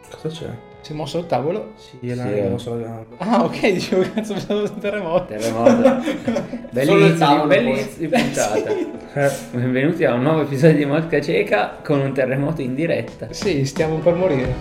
Cosa c'è? Si è mosso il tavolo? Sì, là, non so la gamba. Ah, ok, dicevo, cazzo, pensavo un terremoto. Terremoto. Solo il tavolo, Bellissimo puntata. Benvenuti a un nuovo episodio di Mosca Cieca con un terremoto in diretta. Sì, stiamo per morire.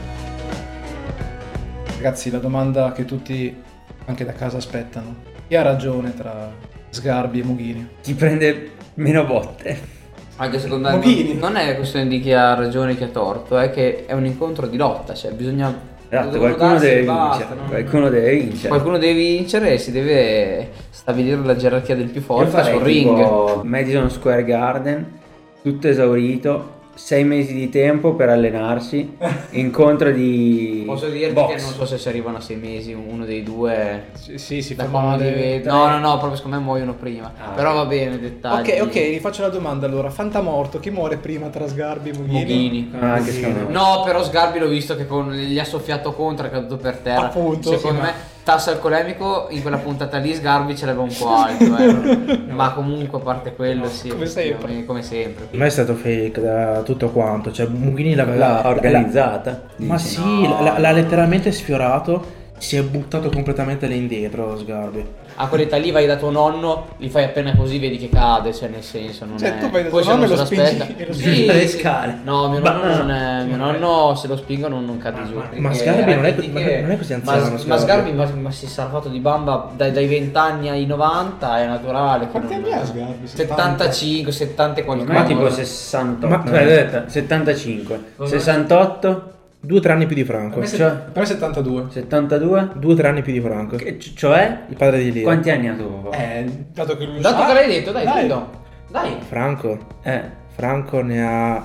Ragazzi, la domanda che tutti anche da casa aspettano. Chi ha ragione tra Sgarbi e Mughini? Chi prende meno botte? Anche secondo me Mughini. non è questione di chi ha ragione e chi ha torto, è che è un incontro di lotta, cioè bisogna... Esatto, devono qualcuno darsi e deve basta, vincere. non- Qualcuno deve vincere. Qualcuno deve vincere e si deve stabilire la gerarchia del più Io forte farei sul ring. tipo Madison Square Garden, tutto esaurito, 6 mesi di tempo per allenarsi, incontro di Posso dirti box. che non so se si arrivano a 6 mesi, uno dei due... Sì, si da fa come male. li vedo. No, proprio secondo me muoiono prima. Ah, Però ok. va bene, dettagli. Ok, vi faccio la domanda allora. Fantamorto, chi muore prima tra Sgarbi e Mughini? Mughini. Ah, anche secondo me. No, però Sgarbi l'ho visto che gli ha soffiato contro, è caduto per terra. Appunto, Secondo sì, me, tasso alcolemico in quella puntata lì Sgarbi ce l'aveva un po' alto. Ma comunque, a parte quello, sì. Come sempre. Come sempre. Per me è stato fake da tutto quanto. Cioè, Mughini L'ha organizzata. Ma dici. sì, l'ha letteralmente sfiorato. Si è buttato completamente lì indietro Sgarbi. A quell'età lì vai da tuo nonno, gli fai appena così, vedi che cade, cioè nel senso non Cioè, è... tu vai da Poi tuo se non nonno se e lo spingi- l'aspetta... e lo Sì, spingi dalle sì. scale. No, mio nonno non è... Mio nonno se lo spingono non cade giù. Ma perché Sgarbi non è- anche non che- è così anziano, Ma Sgarbi. Sgarbi ma si sarà fatto di bamba dai 20 anni ai 90, è naturale. che Quanti non- anni ha Sgarbi? 75, 70 e qualcosa. Ma tipo 68. Ma- aspetta, 75. 68. 2 o 3 anni più di Franco. Per me 72. 72. 2 o 3 anni più di Franco. Cioè? Il padre di Lia. Quanti anni ha tuo papà? Dato che lui Dato sa- che l'hai detto, dai, Dai. dillo. Dai. Franco? Franco ne ha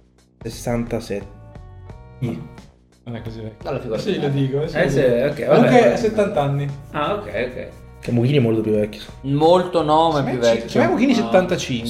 67. Non è così vecchio. Dalla figura. Sì, lo dico. Sì, Sì, ok, vabbè. Comunque 70 anni. Ah, ok. Che Mughini è molto più vecchio. Molto no, ma è più vecchio. Secondo me Mughini No. 75.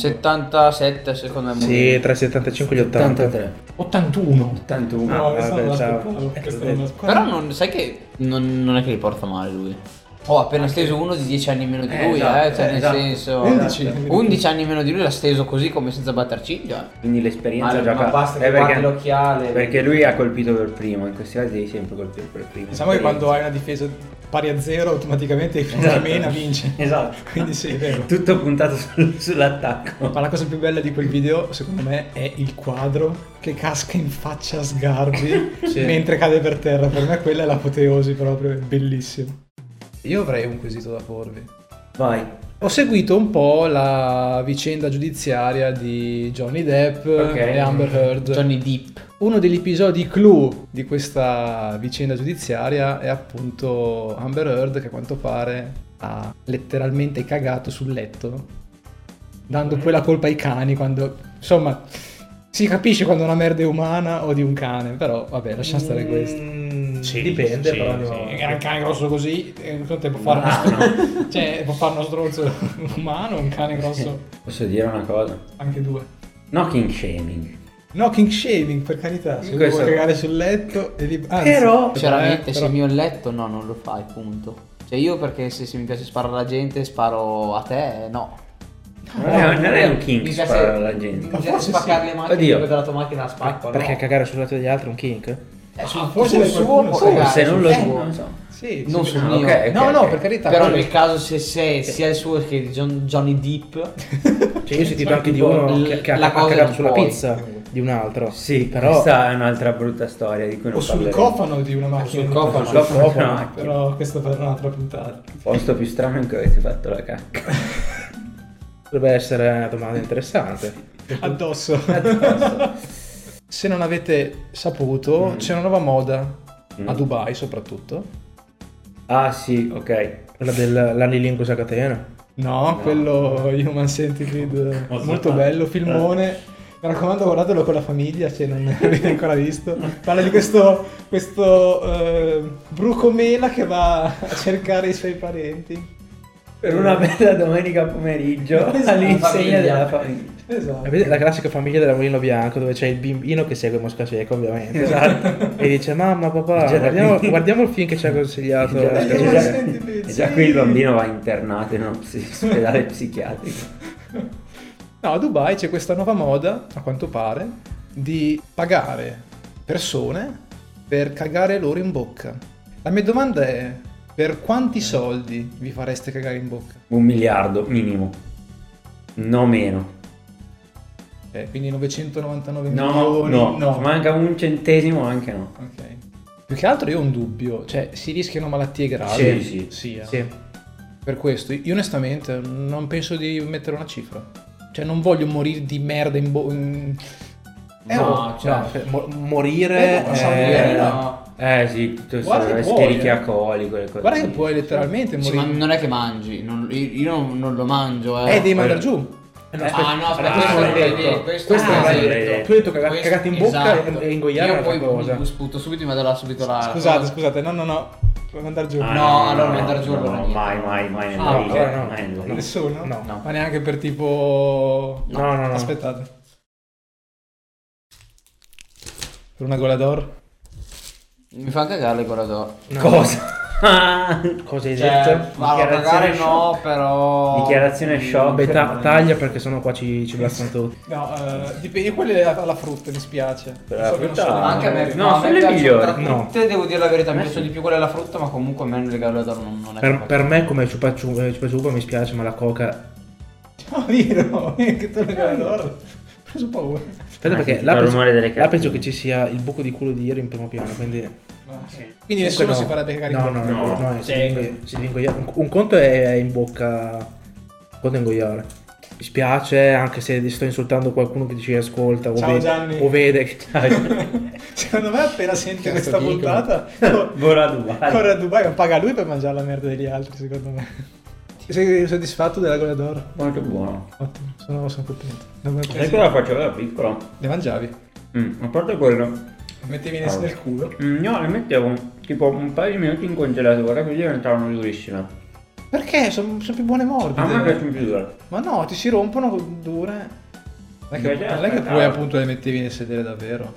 77 secondo me. Sì, tra i 75 e gli 80. 83. 81. 81. No, questo non vabbè, ciao. l'aspettavo. Questo non l'aspettavo. Però non, sai che non è che li porta male lui. Ho appena steso uno di 10 anni meno di lui, esatto, cioè nel esatto. senso 11. 11 anni meno di lui l'ha steso così come senza batter ciglio. Quindi l'esperienza Ma gioca. basta che perché, guardi l'occhiale. perché lui ha colpito per primo, in questi casi devi sempre colpire per primo. Diciamo che quando hai una difesa pari a 0 automaticamente Esatto. Mena vince. Esatto. Quindi sì, è vero. Tutto puntato sull'attacco. Ma la cosa più bella di quel video, secondo me, è il quadro che casca in faccia a Sgarbi Sì. mentre cade per terra. Per me quella è l'apoteosi proprio, è bellissimo. Io avrei un quesito da porvi. Vai. Ho seguito un po' la vicenda giudiziaria di Johnny Depp Ok. e Amber Heard. Johnny Depp. Uno degli episodi clou di questa vicenda giudiziaria è appunto Amber Heard che a quanto pare ha letteralmente cagato sul letto, dando poi la colpa ai cani quando... Insomma, si capisce quando una merda è umana o di un cane, però vabbè, lasciamo stare questo. Sì, dipende, Sì, però. sì, era un cane grosso così, può fare uno stronzo, cioè può fare uno stronzo umano, un cane grosso, Posso dire una cosa? anche due. No king shaming. No, king shaving, per carità, se Questo- vuoi cagare sul letto e anzi, Però- Sinceramente, se però- il mio letto no, non lo fai, punto. Cioè io perché se mi piace sparare alla gente, sparo a te, no. Non è un king Mi piace- sparare alla gente. Mi piace forse spaccare sì. le macchine Oddio. della tua macchina la spacco, Perché no. cagare sul letto degli altri è un kink? forse sul per suo qualcuno può sì. cagare, Se non lo sul so, suo. non so. Sì, Non sì, sul sì. mio. Ok, No, no, ok. per carità. Però quello- nel caso se sia il suo che Johnny Depp, Cioè, io ho sentito anche di tipo, uno che la ha cosa cagato non sulla puoi. pizza di un altro. Sì, però. questa è un'altra brutta storia di cui non o sul parleremo. cofano di una macchina. sul di cofano. qualcuno. Sul cofano di una macchina. Però questo per un'altra puntata. Il posto più strano in cui avete fatto la cacca. Potrebbe essere una domanda interessante. Addosso. Se non avete saputo, c'è una nuova moda a Dubai soprattutto. Ah sì, ok. Quella dell'anilingus a catena. No, quello Human Centipede, molto bello, filmone. Mi raccomando, guardatelo con la famiglia se non l'avete ancora visto. Parla di questo bruco mela che va a cercare i suoi parenti. Per una bella domenica pomeriggio Esatto. all'insegna della famiglia. Esatto. Avete la classica famiglia della Mulino Bianco dove c'è il bambino che segue Mosca Cieca ovviamente. Esatto. E dice mamma papà Già da qui. guardiamo il film che ci ha consigliato. Già da Mosca qui. Cieca. E già qui il bambino va internato in un ospedale psichiatrico. No, a Dubai c'è questa nuova moda, a quanto pare, di pagare persone per cagare loro in bocca. La mia domanda è: per quanti soldi vi fareste cagare in bocca? 1 miliardo minimo, no meno. Quindi 999 No, milioni? no, manca un centesimo, anche no. Ok. Più che altro io ho un dubbio, cioè si rischiano malattie gravi. Sì. Sì. Per questo io onestamente non penso di mettere una cifra. Cioè non voglio morire di merda in bocca. No, cioè, morire non so morire, no. Sì, tutto Guarda che scherichiacoli, quelle cose. Guarda che puoi letteralmente Sì, morire. ma non è che mangi, io non lo mangio. Devi mandare giù. Aspetta, questo Questo Ah, l'hai sì, detto. Tu hai detto cagate in bocca esatto. e ingoiare Io è una poi cosa. mi sputo subito, mi vado subito là. Scusate, no. Puoi mandare giù. No, allora mandare giù allora no, niente. mai nella Ah, vita, allora no. mai nella No. vita. Nessuno? No. Ma neanche per tipo... No. Aspettate. Per una gola d'oro? Mi fa cagare le Gorador. No. Cosa? Cosa hai Cioè, detto? cagare no, però... Dichiarazione shock. Beh, taglia perché sennò qua ci blastano tutti. No, dipende, quelle alla frutta, mi spiace. Per la So che non frutta- sono Anche a me, migliori. No, a sono me le piacciono migliori. tra No. tutte, devo dire la verità, mi Ma piacciono sì. di più quelle alla frutta, ma comunque a me le Gorador non è Per me come ciupa ciupa mi spiace, ma la coca... No, vero, che tu le gola d'oro. Ho preso paura. Aspetta perché sì, là il penso, rumore delle là carte. penso che ci sia il buco di culo di ieri in primo piano, quindi... Quindi nessuno no. si farebbe cagare in No, bocca. no, Sì. si deve ingoiare. Un conto è in bocca, un conto è ingoiare. Mi spiace anche se sto insultando qualcuno che ci ascolta o, Ciao, Gianni. o vede che... Secondo me appena sente Cazzo questa dicono? puntata Vola a Dubai. corre a Dubai, ma paga lui per mangiare la merda degli altri, secondo me. Sei soddisfatto della gola d'oro? Molto buono. Ottimo, sono contento. Ne avevo Sai presi- cosa facevo da piccolo? Le mangiavi? A parte quello. Mettevi nel culo? No, le mettevo tipo un paio di minuti in congelatore così diventavano durissime. Perché? Sono più buone morbide. A me piacciono più dure. Ma no, ti si rompono dure. Non è che, Invece non è che aspettavo. poi appunto le mettevi nel sedere davvero.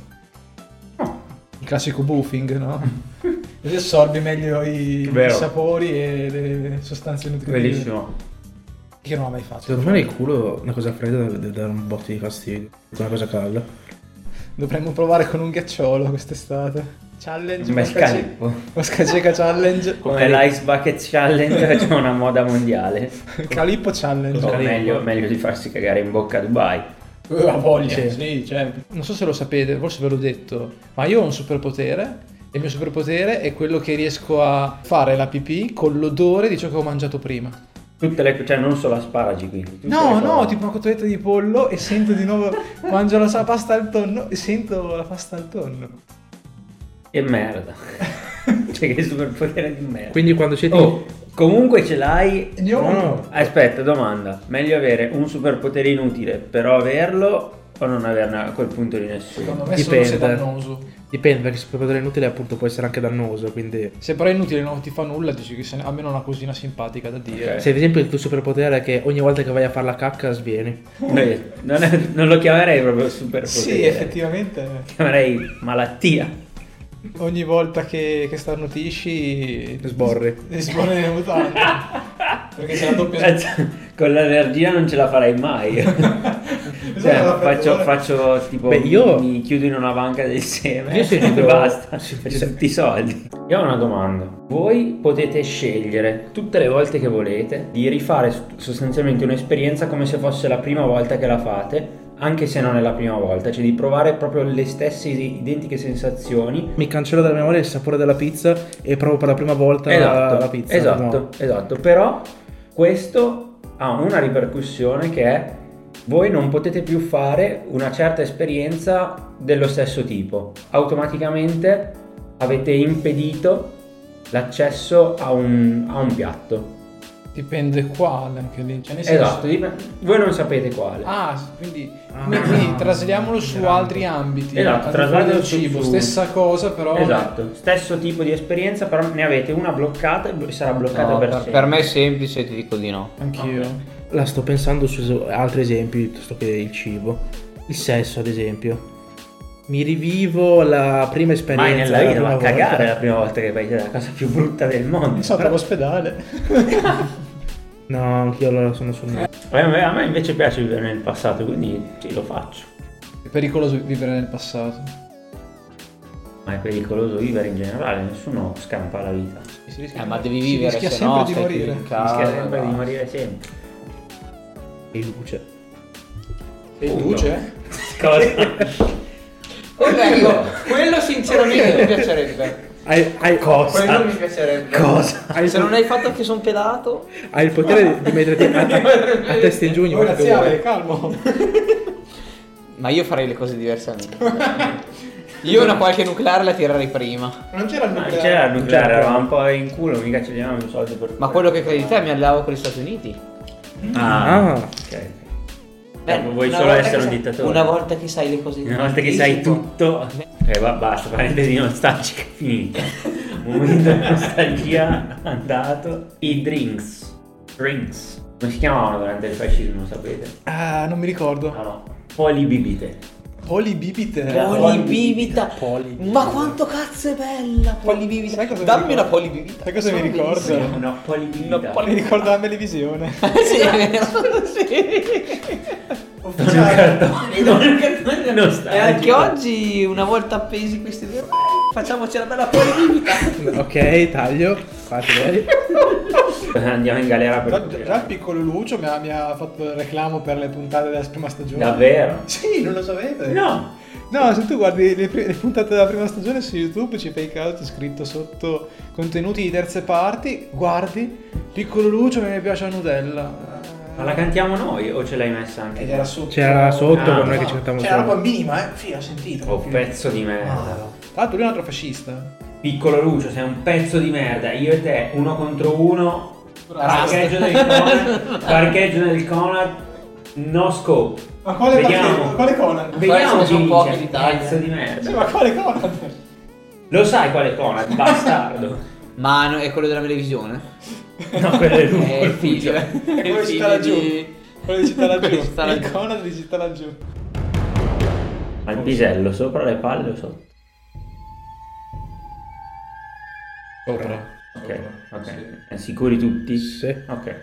No. Il classico buffing, no? Così assorbi meglio i Vero. sapori e le sostanze nutritive. Bellissimo. Che non ho mai fatto. Secondo me il culo una cosa fredda deve dare un botto di fastidio. Una cosa calda. Dovremmo provare con un ghiacciolo quest'estate. Challenge. Un bel Mosca calippo. Mosca Cieca Challenge. Come l'Ice Bucket Challenge c'è una moda mondiale. Calippo Challenge. O meglio di farsi cagare in bocca a Dubai. Ha voglia. Sì. Sì, cioè, non so se lo sapete, forse ve l'ho detto, ma io ho un superpotere. E il mio superpotere è quello che riesco a fare la pipì con l'odore di ciò che ho mangiato prima. Tutte le, cioè non solo asparagi quindi. tutte No, le no, cose. tipo una cotoletta di pollo e sento di nuovo, mangio la pasta al tonno e sento la pasta al tonno. Che merda. Cioè che superpotere di merda. Quindi quando siete... Oh, comunque ce l'hai. No. Aspetta, domanda. Meglio avere un superpotere inutile, però averlo o non averne a quel punto di nessuno? Secondo me Dipende. solo se è dannoso. Dipende, perché il superpotere inutile appunto può essere anche dannoso, quindi... Se però è inutile non ti fa nulla, dici che almeno una cosina simpatica da dire. Ok. Se ad esempio il tuo superpotere è che ogni volta che vai a fare la cacca svieni. Non lo chiamerei proprio superpotere. Sì, effettivamente. Chiamerei malattia. Ogni volta che starnutisci Sborri. sborri nelle mutande. Perché c'è la doppia. Con l'allergia non ce la farei mai. Faccio tipo Beh, io- mi chiudo in una banca del seme Io sento- e basta. sì, Faccio sì. tutti i soldi. Io ho una domanda. Voi potete scegliere tutte le volte che volete di rifare sostanzialmente un'esperienza come se fosse la prima volta che la fate, anche se non è la prima volta, cioè di provare proprio le stesse identiche sensazioni. Mi cancello dalla memoria il sapore della pizza e provo per la prima volta la pizza. Esatto. Però questo ha una ripercussione che è: voi non potete più fare una certa esperienza dello stesso tipo. Automaticamente avete impedito l'accesso a un piatto. Dipende quale anche lì. Cioè, nel senso... Esatto, voi non sapete quale. Ah, quindi trasliamolo su altri ambiti. Esatto, Al di fuori traslatelo del cibo, su- stessa cosa, però. Esatto, stesso tipo di esperienza, però ne avete una bloccata e sarà bloccata No, per per, sempre. per me è semplice, ti dico di no. Anch'io. La sto pensando su altri esempi piuttosto che il cibo. Il sesso, ad esempio. Mi rivivo la prima esperienza. Mai nella vita, la ma prima cagare volta. la prima volta che vai, è la cosa più brutta del mondo. Non so, all'ospedale. No, anch'io allora sono sul no. A me invece piace vivere nel passato, quindi sì, lo faccio. È pericoloso vivere nel passato. Ma è pericoloso vivere in generale, nessuno scampa la vita. Ma devi vivere, rischia se sempre no di stai morire. chiuso in Rischia casa. sempre di morire sempre. E luce. E luce? Cosa? Ecco, quello sinceramente mi piacerebbe. Hai Quello mi piacerebbe. Cosa? Se non hai fatto che sono pelato. Hai il potere di metterti a testa in giugno. Oh, quello che Laziale, vuoi. calmo. Ma io farei le cose diversamente. Io una qualche nucleare la tirerei prima. Non c'era il Ma nucleare. c'era il nucleare, Certo. eravamo un po' in culo, mica ce li avevamo i soldi per Ma quello che credi te mi allavo con gli Stati Uniti. Ah. ok. Vuoi una solo volta essere che un sai- dittatore. Una volta che sai le cose Una volta che sai tutto. Basta, parentesi nostalgica, finita. Momento di nostalgia andato. I drinks. Come si chiamavano durante il fascismo, sapete? Ah, non mi ricordo. No. Polibibite. Polibibite. Polibibita. Poli. Ma quanto cazzo è bella polibibita. Sai cosa mi Dammi ricordo? una polibibita. Sai cosa mi ricordo? Una polibibita. Mi ricordo la televisione. Sì, è vero. Sì. E anche oggi, una volta appesi questi due, facciamoci una bella polibibita. Ok, taglio. Fate lei. Andiamo in galera per Già il piccolo Lucio mi ha fatto il reclamo per le puntate della prima stagione. Davvero? Sì, non lo sapete? No. No, se tu guardi le puntate della prima stagione su YouTube, ci fai caso, c'è scritto sotto contenuti di terze parti, guardi, piccolo Lucio mi piace la Nutella. Ma la cantiamo noi o ce l'hai messa anche? Ed era sotto. C'era sotto Ah, con noi no. che ci cantavamo C'era roba solo. minima, Sì, ha sentito. Oh, pezzo di merda. Tra l'altro lui è un altro fascista. Piccolo Lucio, sei un pezzo di merda. Io e te, 1 contro 1. Parcheggio del Conad. No scope. Ma quale Vediamo. Quale Conan? Vediamo Questi chi sono pochi vince. d'Italia. Pezzo di Sì, merda. ma quale Conan? Lo sai quale Conad? Bastardo. Ma è quello della televisione? No, quello è lui. È il figlio. È Quello il ci sta laggiù. di... Quello di città laggiù. Quello di città Il laggiù. Conan di città laggiù. Ma il pisello sopra le palle o sotto? Sopra. Ok, ok. Sicuri tutti? Sì. Ok.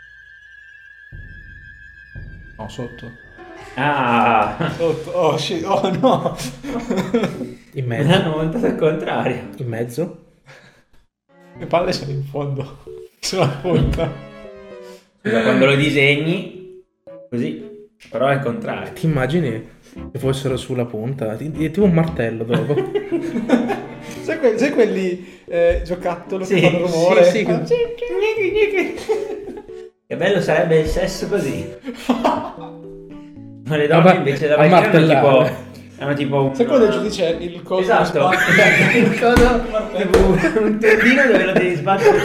No, sotto. Ah, Sotto. Oh, shit. Oh no. In me mezzo. l'hanno montato al contrario. In mezzo. Le palle sono in fondo. Sulla punta. Scusa, quando lo disegni, così, però è il contrario. Ti immagini che fossero sulla punta? È tipo un martello dopo. Sai quelli giocattolo Sì, che fanno rumore? sì, Che bello sarebbe il sesso così. Ma le donne Vabbè, invece da a vecchie martellare. hanno tipo un... Sai quello del giudice il coso Esatto. che spacca? Il coso, tipo un tendino dove lo devi sbattere.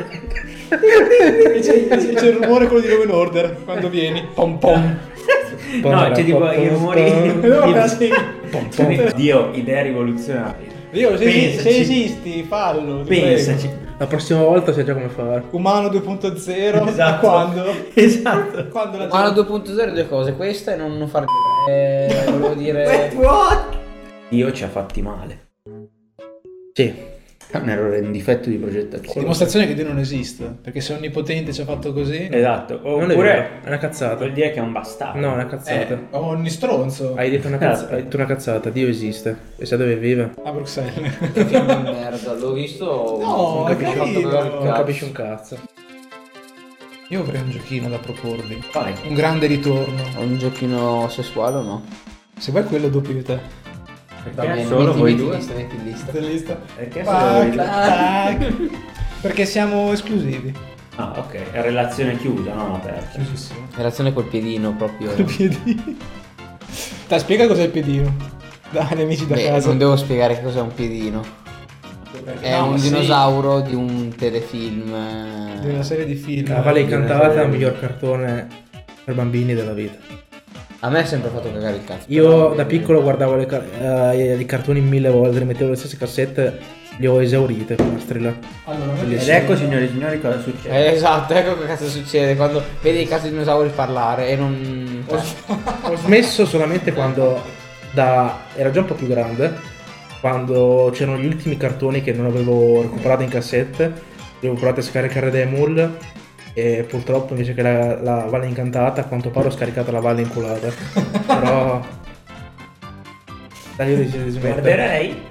E c'è il rumore quello di Law and Order quando vieni. Pom pom. No, c'è tipo i rumori. No, sì. Dio, idea rivoluzionaria. Io, se Pensaci. esisti, fallo. ti Pensaci. prego. La prossima volta sai già come fare. Umano 2.0. Esatto. Quando? Esatto. Quando la Ma la gente... 2.0 due cose, questa e non far volevo dire... Dio ci ha fatti male. Sì. È un errore, un difetto di progettazione. Dimostrazione che Dio non esiste. Perché se onnipotente ci ha fatto così. Esatto. Non è vero, Oppure è una cazzata. vuol dire che è un bastardo. No, è una cazzata. Ogni stronzo. Hai detto una cazzata. Dio esiste. E sai dove vive? A Bruxelles. Che film di merda, l'ho visto... No, mi è ha fatto carino. cagare il Non cazzo. capisci un cazzo. Io avrei un giochino da proporvi. Quale? Un grande ritorno. Un giochino sessuale o no? Se vuoi quello doppio di te. Perché solo voi due? metti in lista. Sei lista? Perché solo voi Tac, due? tac. Perché siamo esclusivi. Ah, ok. È relazione chiusa, non aperta. Chiusissimo. Relazione col piedino proprio. Il piedino. Dai, spiega cos'è il piedino. Dai, agli amici da Beh, casa. non devo spiegare che cos'è un piedino. È No, un sì. dinosauro di un telefilm. Di una serie di film. La Valle Di una Incantata è serie il di- miglior cartone per bambini della vita. A me ha sempre fatto cagare il cazzo. Io da piccolo guardavo i cartoni 1000 volte, rimettevo le stesse cassette, li ho esaurite per là. Allora, a me Ed piace- ecco, signori e signori, cosa succede. Esatto, ecco che cazzo succede quando vedi i cazzo di dinosauri parlare e non... Ho smesso solamente quando era già un po' più grande, quando c'erano gli ultimi cartoni che non avevo recuperato in cassette, li avevo provati a scaricare da Emul e purtroppo invece che la Valle Incantata a quanto pare ho scaricato la Valle Inculata. Però dai, io deciso di smettere. Guarderei.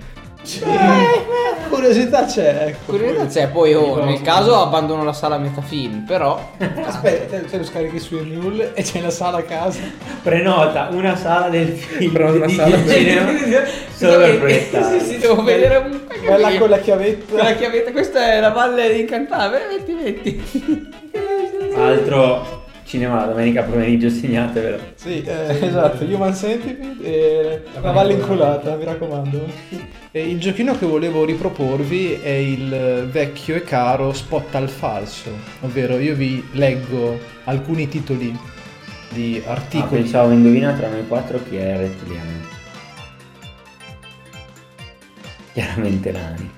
Curiosità c'è. Curiosità c'è, poi nel caso abbandono la sala a metà film, però Aspetta, te lo scarichi su Emule e c'è la sala a casa. Prenota una sala del film. Prenota una di sala del cinema solo per proiettare. sì, devo vedere un Quella con la chiavetta. con la chiavetta, questa è la valle di Incantare, metti. Altro cinema la domenica pomeriggio, segnatevelo. Sì, esatto, Human Centipede e la valle inculata, mi raccomando. E il giochino che volevo riproporvi è il vecchio e caro Spot al falso, ovvero io vi leggo alcuni titoli di articoli. Pensavo indovina tra noi 4 chi è il rettiliano. Chiaramente Nani.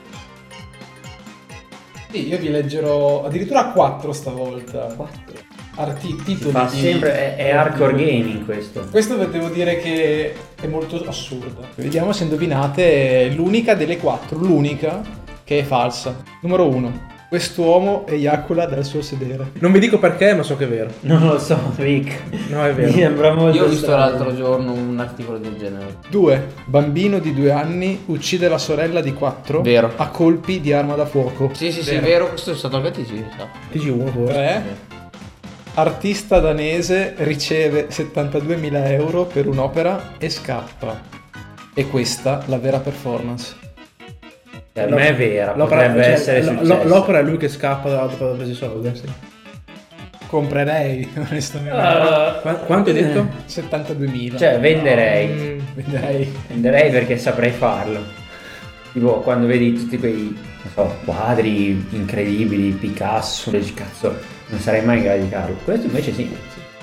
Sì, io vi leggerò addirittura 4 stavolta. 4. Titoli Fa di- sempre è hardcore gaming questo. Questo devo dire che è molto assurdo. Vediamo se indovinate l'unica delle 4, l'unica che è falsa. Numero 1. Quest'uomo eiacula dal suo sedere. Non vi dico perché, ma so che è vero. Non lo so, Rick. No, è Mi vero. sembra molto Io ho visto strano. l'altro giorno un articolo del genere. 2. Bambino di 2 anni uccide la sorella di 4 Vero. a colpi di arma da fuoco. Sì, è vero, questo è stato anche TG, sa. TG1 forse. 3. Artista danese riceve 72.000 euro per un'opera e scappa. E questa la vera performance. Per me è vera, L'opera, potrebbe cioè, essere successo. l'opera è lui che scappa dopo aver preso i soldi. Sì. Comprerei, onestamente. Quanto hai detto? 72.000. Cioè, venderei. Venderei. Venderei perché saprei farlo. Tipo, quando vedi tutti quei, non so, quadri incredibili, Picasso, dici, cazzo, non sarei mai in grado di farlo. Questo invece sì.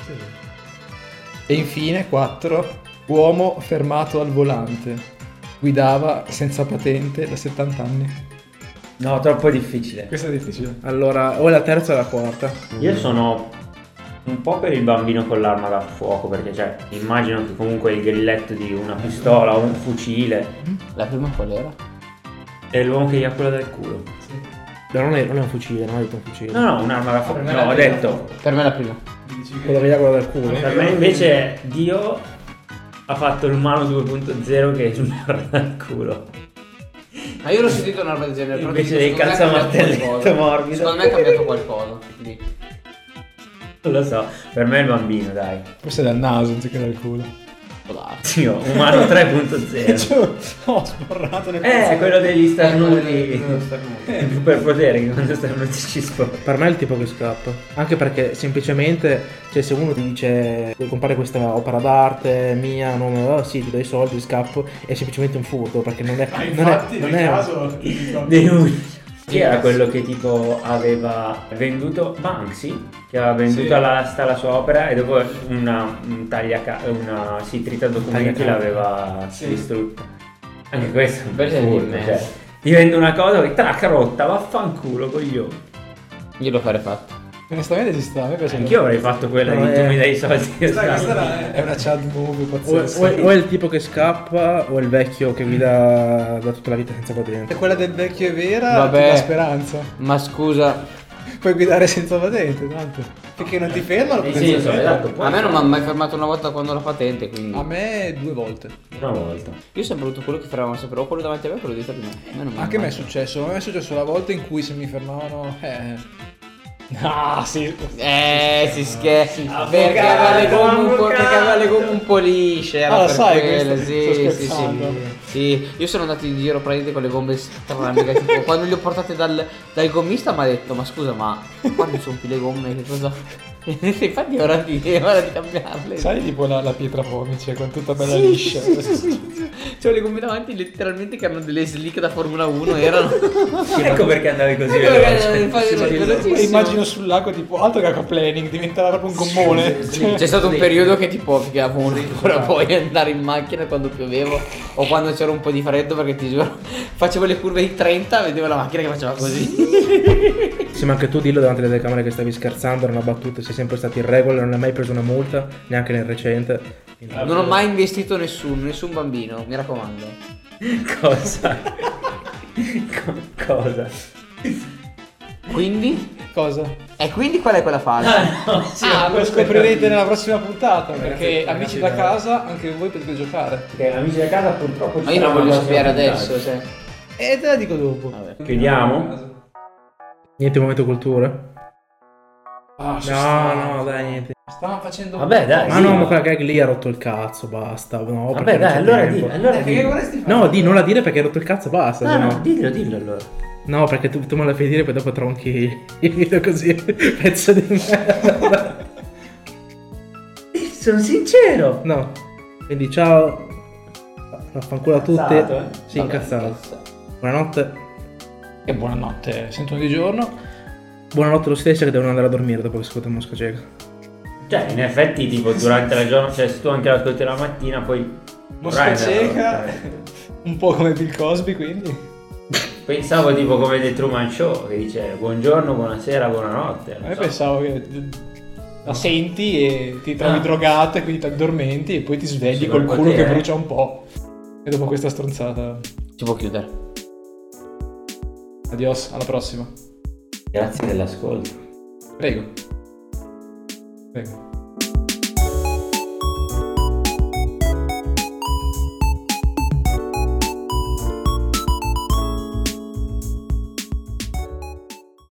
E infine 4. Uomo fermato al volante. Guidava senza patente da 70 anni. No, troppo difficile. Questo è difficile. Allora, o è la terza o la quarta. Io sono un po' per il bambino con l'arma da fuoco, perché cioè, immagino che comunque il grilletto di una pistola o un fucile La prima qual era? è l'uomo che eiacula dal culo. No, non è un fucile, non è un fucile. No, un'arma da fuoco. Per me No, la ho prima. detto. Per me la prima. Quello che gli ha quello dal culo. Per me invece Dio ha fatto l'umano 2.0 che è il migliore dal culo. Ma io l'ho sentito una roba del genere. però Invece dico, dei secondo me è cambiato calzamartelletto qualcosa. morbido. Secondo me è cambiato qualcosa. Lì. Non lo so, per me è il bambino, dai. Forse dal naso anziché dal culo. Può darsi. Io, umano 3.0. Ho sborrato nel Quello degli starnuti. quello starnuti. È il superpotere che quando starnuti ci sposta. Per me è il tipo che scappa. Anche perché semplicemente, cioè, se uno ti dice vuoi comprare questa opera d'arte mia, nome, oh, sì, ti do i soldi, scappo, è semplicemente un furto. Perché non è. non è Chi era quello che tipo aveva venduto Banksy? Che aveva venduto all'asta la sua opera e dopo una trita documenti l'aveva distrutta. Anche questo è un Perché furto, di me? cioè, ti vendo una cosa che tac rotta, vaffanculo coglione. Io l'ho fare fatto. Onestamente ci sta, a me piace. Anch'io avrei fatto quella No, di tu mi dai i soldi. Questa è una child movie pazzesca. O è il tipo che scappa o è il vecchio che guida da tutta la vita senza patente. Se quella del vecchio è vera, Vabbè. ti dà speranza. Ma scusa, Puoi guidare senza patente, tanto. Perché non ti fermano? Sì, perché sì, esatto. a me non mi ha mai fermato una volta quando ho la patente, quindi. A me 2 volte. Una volta. Io ho sempre avuto quello che fermava sempre o quello davanti a me o quello dietro di me. A me non mi ha Anche a me è mai- successo. A me è successo la volta in cui se mi fermavano. Ah, sì. si scherza. Perché Avvocato, aveva le gomme un po', avvocato. perché aveva le gomme un po' lisce. Era Ah, lo per sai quello, questo? sì, Sto sì, scherzando. sì. Io sono andato in giro praticamente con le gomme strane. che tipo, quando le ho portate dal gommista mi ha detto: ma scusa, ma quando sono più le gomme, che cosa? Infatti è ora di cambiarle. Sai tipo la pietra pomice con tutta bella liscia. C'ho le gomme davanti letteralmente che erano delle slick da Formula 1 erano. Ecco perché andavi così Ecco perché veloce. infatti ero E velocissimo. immagino sul lago tipo altro che aquaplaning, diventava proprio un gommone. C'è stato un periodo che tipo picchiavo un'ora poi andare in macchina quando piovevo o quando c'era un po' di freddo, perché ti giuro facevo le curve di 30 vedevo la macchina che faceva così. Sì, ma anche tu dillo davanti alle telecamere che stavi scherzando, era una battuta, sei sempre stato in regola, non hai mai preso una multa, neanche nel recente. Non ho mai investito nessun bambino, mi raccomando. Cosa? Cosa? Quindi Cosa? E quindi qual è quella fase? Lo scoprirete nella prossima puntata, perché amici da casa, anche voi potete giocare. Perché amici da casa purtroppo Ma io non voglio sapere adesso, cioè. E te la dico dopo. Vabbè. Chiudiamo? Niente momento cultura? Ah, No, dai, niente. Stavamo facendo. Vabbè, dai. Ma sì, no, ma quella gag lì ha rotto il cazzo, basta. No, Vabbè, perché non dai, c'è allora tempo. di, allora Che di. vorresti fare? No, non la dire perché hai rotto il cazzo, basta. No, se no, no. dillo allora. No, perché tu me la fai dire e poi dopo tronchi il video così, pezzo di merda. Sono sincero. No, quindi ciao, vaffanculo a tutti. Incazzato, Sì, incazzato. Buonanotte. E buonanotte, sentono di giorno. Buonanotte lo stesso che devono andare a dormire dopo che ascolta Mosca Cieca. Cioè, in effetti, tipo, durante la giornata, cioè, se tu anche l'ascolti la mattina, poi. Mosca dovrai cieca, andare. un po' come Bill Cosby, quindi. Pensavo tipo come The Truman Show, che dice buongiorno, buonasera, buonanotte. non A me so. pensavo che la senti e ti trovi drogato e quindi ti addormenti e poi ti svegli col culo che Superpotere. brucia un po'. E dopo questa stronzata. Si può chiudere. Adios, alla prossima. Grazie dell'ascolto. Prego. Prego.